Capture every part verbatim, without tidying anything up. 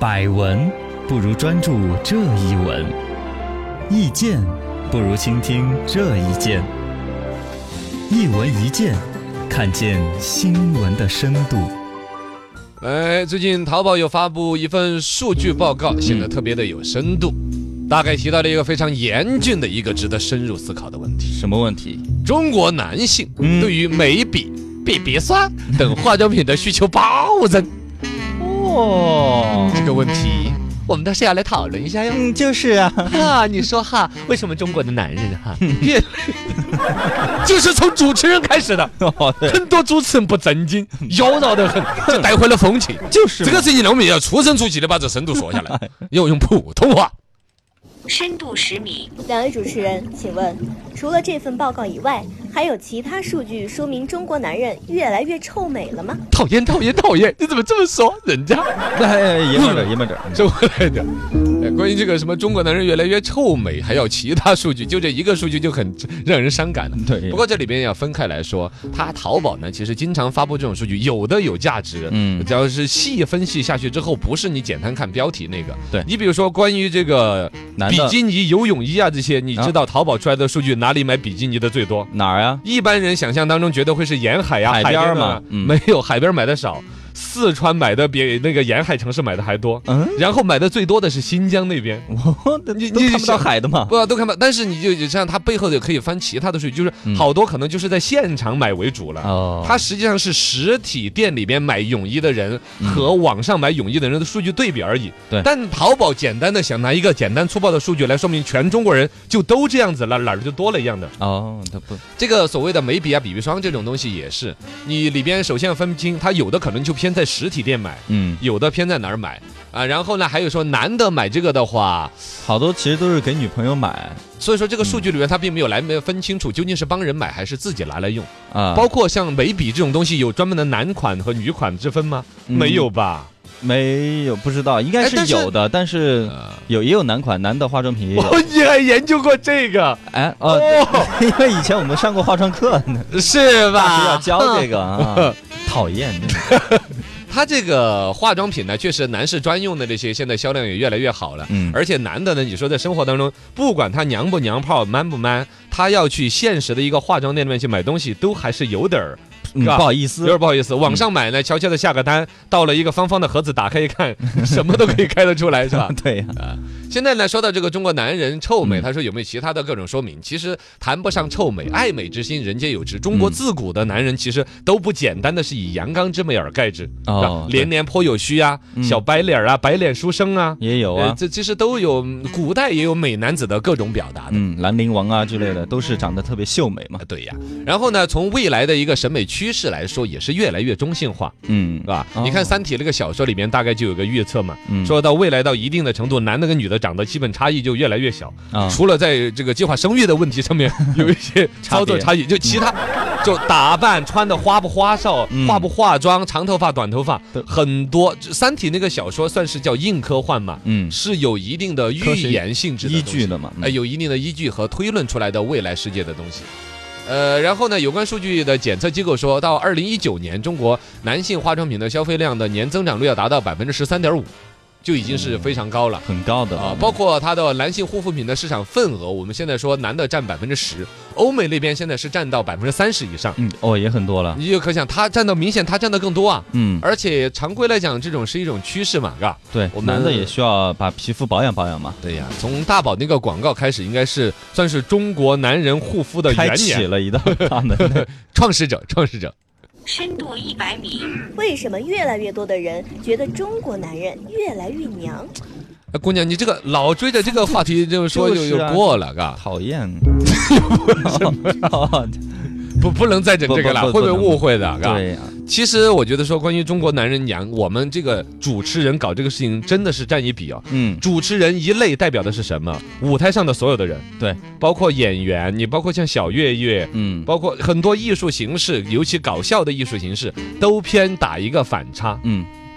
百闻不如专注这一闻，意见不如倾听这一见。一闻一见，看见新闻的深度。 哎，最近淘宝有发布一份数据报告，显得特别的有深度。嗯、大概提到了一个非常严峻的一个值得深入思考的问题。 什么问题？ 中国男性对于眉笔、B B 霜等化妆品的需求暴增。 哦， 这个问题我们倒是要来讨论一下哟。 嗯，就是啊， 哈，你说哈，为什么中国的男人哈，越就是从主持人开始的， 哦、 很多主持人不正经，妖娆得很，就带回了风情。 就是这个事情呢，我们也要出声出气的把这深度说下来，要用普通话。 深度十米。 两位主持人，请问，除了这份报告以外，还有其他数据说明中国男人越来越臭美了吗？ 讨厌讨厌讨厌！你怎么这么说人家？ 哎，爷们点爷们点， 收回来点。关于这个什么中国男人越来越臭美，还有其他数据，就这一个数据就很让人伤感了。 对。 不过这里边要分开来说，它淘宝呢其实经常发布这种数据，有的有价值，嗯，只要是细分析下去之后，不是你简单看标题那个。 对。 你比如说关于这个比基尼、游泳衣啊这些，你知道淘宝出来的数据哪里买比基尼的最多？ 哪儿啊？ 一般人想象当中觉得会是沿海呀、 海边嘛， 嗯、没有，海边买的少。四川买的比那个沿海城市买的还多，嗯，然后买的最多的是新疆那边， 哦、你你看不到海的嘛？ 不，都看不到。但是你就像它背后的可以翻其他的数据，就是好多可能就是在现场买为主了。哦、嗯，它实际上是实体店里边买泳衣的人和网上买泳衣的人的数据对比而已。对、嗯。但淘宝简单的想拿一个简单粗暴的数据来说明全中国人就都这样子了，哪儿就多了一样的。哦，它不，这个所谓的眉笔啊、B B 霜这种东西也是，你里边首先要分不清，它有的可能就偏在实体店买，嗯，有的偏在哪儿买啊？然后呢，还有说男的买这个的话， 好多其实都是给女朋友买， 所以说这个数据里面它并没有来没有分清楚究竟是帮人买还是自己拿来用啊。包括像眉笔这种东西，有专门的男款和女款之分吗？嗯、没有吧？ 没有，不知道，应该是有的，但是有也有男款，男的化妆品也有。 哦，你还研究过这个？ 哎哦，因为以前我们上过化妆课呢， 是吧？ 大师要教这个啊，讨厌。 它这个化妆品呢，确实男士专用的这些，现在销量也越来越好了。嗯，而且男的呢，你说在生活当中，不管他娘不娘炮、man 不 man， 他要去现实的一个化妆店里面去买东西，都还是有点儿。 嗯、不好意思， 有点不好意思。网上买呢，悄悄的下个单，到了一个方方的盒子，打开一看，什么都可以开得出来，是吧？ 对呀、 啊。现在呢，说到这个中国男人臭美，他说有没有其他的各种说明？其实谈不上臭美，爱美之心人皆有之。中国自古的男人其实都不简单的是以阳刚之美而盖之，哦，连连颇有须啊，嗯、小白脸啊，白脸书生啊， 也有啊，呃、 这其实都有，古代也有美男子的各种表达的。 嗯，兰陵王啊之类的，都是长得特别秀美嘛。 对呀。然后呢，从未来的一个审美趋势来说，也是越来越中性化，嗯，是吧？哦、你看《三体》那个小说里面大概就有个预测嘛，嗯、说到未来到一定的程度，男的跟女的长得基本差异就越来越小，哦、除了在这个计划生育的问题上面有一些操作差异，就其他就打扮穿的花不花哨，嗯、化不化妆，长头发短头发，很多。《三体》那个小说算是叫硬科幻嘛，嗯，是有一定的预言性质的依据的嘛， 哎、呃，有一定的依据和推论出来的未来世界的东西。呃，然后呢，有关数据的检测机构说到，二零一九年中国男性化妆品的消费量的年增长率要达到百分之十三点五。就已经是非常高了， 很高的啊！包括它的男性护肤品的市场份额，我们现在说男的占百分之十，欧美那边现在是占到百分之三十以上， 嗯，哦，也很多了。 你就可想，它占到明显，它占的更多啊，嗯，而且常规来讲，这种是一种趋势嘛，是吧？ 对，我们男的也需要把皮肤保养保养嘛。 对呀，从大宝那个广告开始，应该是算是中国男人护肤的元年， 开启了一道大门， 创始者，创始者。 深度一百米。 为什么越来越多的人觉得中国男人越来越娘？ 姑娘，你这个老追着这个话题就说就就过了，嘎、啊， 讨厌。 不不能再整这个了，会不会误会的？ 对呀、啊。 其实我觉得说，关于中国男人娘，我们这个主持人搞这个事情真的是占一笔哦。嗯，主持人一类代表的是什么？舞台上的所有的人， 对， 包括演员，你包括像小岳岳，嗯，包括很多艺术形式，尤其搞笑的艺术形式，都偏打一个反差。嗯。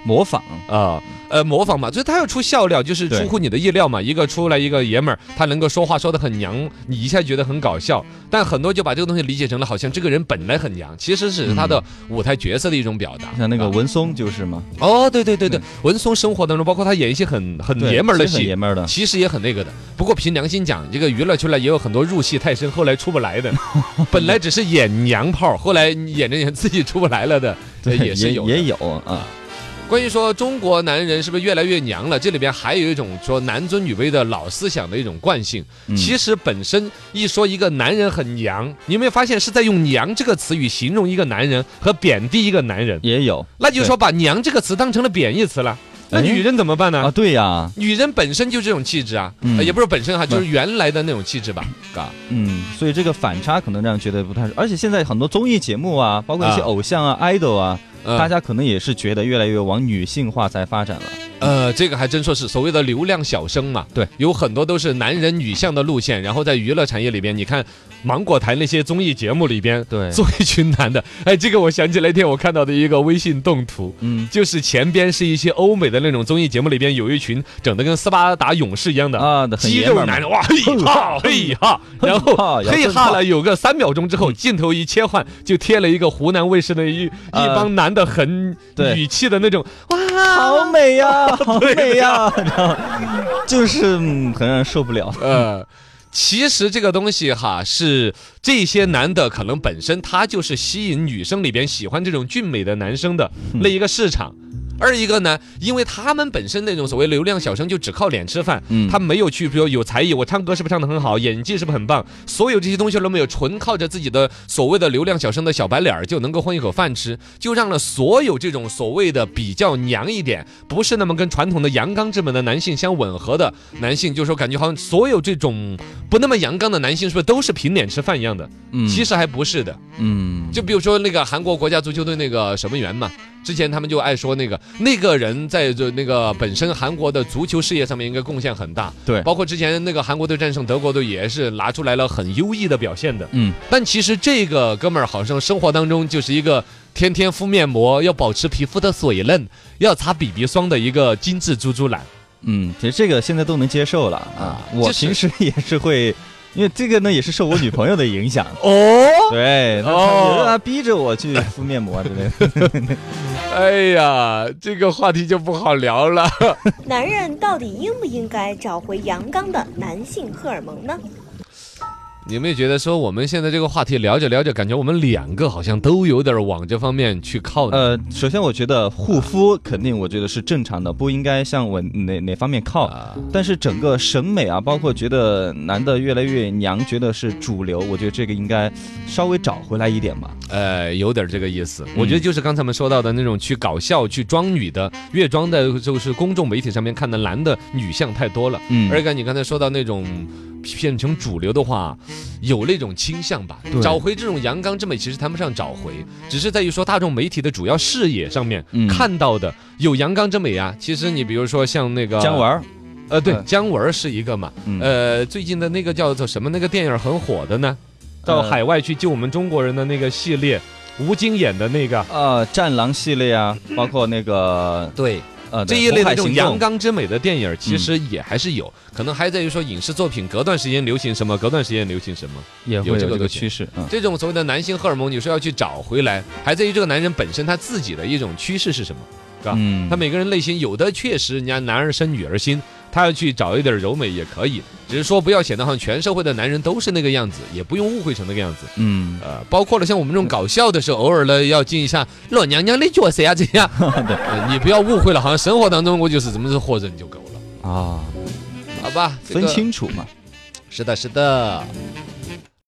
模仿啊。呃，模仿嘛，就是他要出笑料，就是出乎你的意料嘛。一个出来一个爷们儿，他能够说话说得很娘，你一下觉得很搞笑。但很多就把这个东西理解成了好像这个人本来很娘，其实是他的舞台角色的一种表达。 嗯、像那个文松就是嘛。 哦，对对对对，文松生活当中，包括他演一些很很爷们儿的戏， 爷们儿的， 其实也很那个的。不过凭良心讲，这个娱乐圈来也有很多入戏太深，后来出不来的。本来只是演娘炮，后来演着演自己出不来了的， 对， 也是有也有啊。 关于说中国男人是不是越来越娘了，这里边还有一种说男尊女卑的老思想的一种惯性。嗯、其实本身一说一个男人很娘，你有没有发现是在用娘这个词语形容一个男人和贬低一个男人？ 也有， 那就是说把娘这个词当成了贬义词了。那女人怎么办呢？ 啊，对呀， 女人本身就这种气质啊，嗯、也不是本身哈，就是原来的那种气质吧，嘎。 嗯，所以这个反差可能让人觉得不太，而且现在很多综艺节目啊，包括一些偶像啊、啊 idol 啊。大家可能也是觉得越来越往女性化在发展了。 呃，这个还真说是所谓的流量小生嘛， 对， 有很多都是男人女相的路线，然后在娱乐产业里边，你看芒果台那些综艺节目里边， 对， 做一群男的，哎，这个我想起来那天我看到的一个微信动图，嗯，就是前边是一些欧美的那种综艺节目里边有一群整得跟斯巴达勇士一样的啊， 肌肉男人，哇，嘿哈嘿哈，然后嘿哈了有个三秒钟之后，镜头一切换，就贴了一个湖南卫视的一一帮男的很语气的那种，哇， 好美呀，好美呀。就是很让人受不了。 呃，其实这个东西哈，是这些男的可能本身他就是吸引女生里边喜欢这种俊美的男生的那一个市场。二一个呢，因为他们本身那种所谓流量小生就只靠脸吃饭，嗯，他没有去，比如有才艺，我唱歌是不是唱得很好，演技是不是很棒，所有这些东西都没有，纯靠着自己的所谓的流量小生的小白脸就能够混一口饭吃，就让了所有这种所谓的比较娘一点，不是那么跟传统的阳刚之美的男性相吻合的男性，就是说感觉好像所有这种不那么阳刚的男性是不是都是凭脸吃饭一样的？嗯，其实还不是的。嗯，就比如说那个韩国国家足球队那个守门员嘛。之前他们就爱说那个那个人在这那个本身韩国的足球事业上面应该贡献很大， 对， 包括之前那个韩国队战胜德国队也是拿出来了很优异的表现的，嗯，但其实这个哥们儿好像生活当中就是一个天天敷面膜，要保持皮肤的水嫩，要擦 B B 霜的一个精致猪猪男。 嗯，其实这个现在都能接受了啊，我平时也是会。因为这个呢，也是受我女朋友的影响哦。对，哦，她逼着我去敷面膜，对不对？ 哎呀，这个话题就不好聊了。 男人到底应不应该找回阳刚的男性荷尔蒙呢？ 你有没有觉得说我们现在这个话题聊着聊着，感觉我们两个好像都有点往这方面去靠呢？ 呃，首先我觉得护肤肯定我觉得是正常的，不应该向我哪哪方面靠。啊、但是整个审美啊，包括觉得男的越来越娘，觉得是主流，我觉得这个应该稍微找回来一点吧。 呃，有点这个意思。我觉得就是刚才我们说到的那种去搞笑、去装女的，越装的就是公众媒体上面看的男的女相太多了。嗯，而且你刚才说到那种变成主流的话。有那种倾向吧，找回这种阳刚之美，其实谈不上找回，只是在于说大众媒体的主要视野上面、嗯、看到的有阳刚之美啊。其实你比如说像那个姜文， 呃，对，姜文是一个嘛，嗯、呃，最近的那个叫做什么那个电影很火的呢？到海外去救我们中国人的那个系列，吴京演的那个， 呃，战狼系列啊，包括那个对。呃，这一类的这种阳刚之美的电影，其实也还是有、嗯、可能还在于说影视作品隔段时间流行什么，隔段时间流行什么， 也会有这个趋势。 嗯、这种所谓的男性荷尔蒙，你说要去找回来，还在于这个男人本身他自己的一种趋势是什么，是吧？嗯，他每个人内心有的确实，人家男儿生女儿心，他要去找一点柔美也可以，只是说不要显得好像全社会的男人都是那个样子，也不用误会成那个样子。嗯，呃，包括了像我们这种搞笑的时候，偶尔呢要进一下老娘娘的角色啊，这样，呃、你不要误会了，好像生活当中我就是这么是活人就够了啊，好吧， 这个、分清楚嘛。 是的，是的。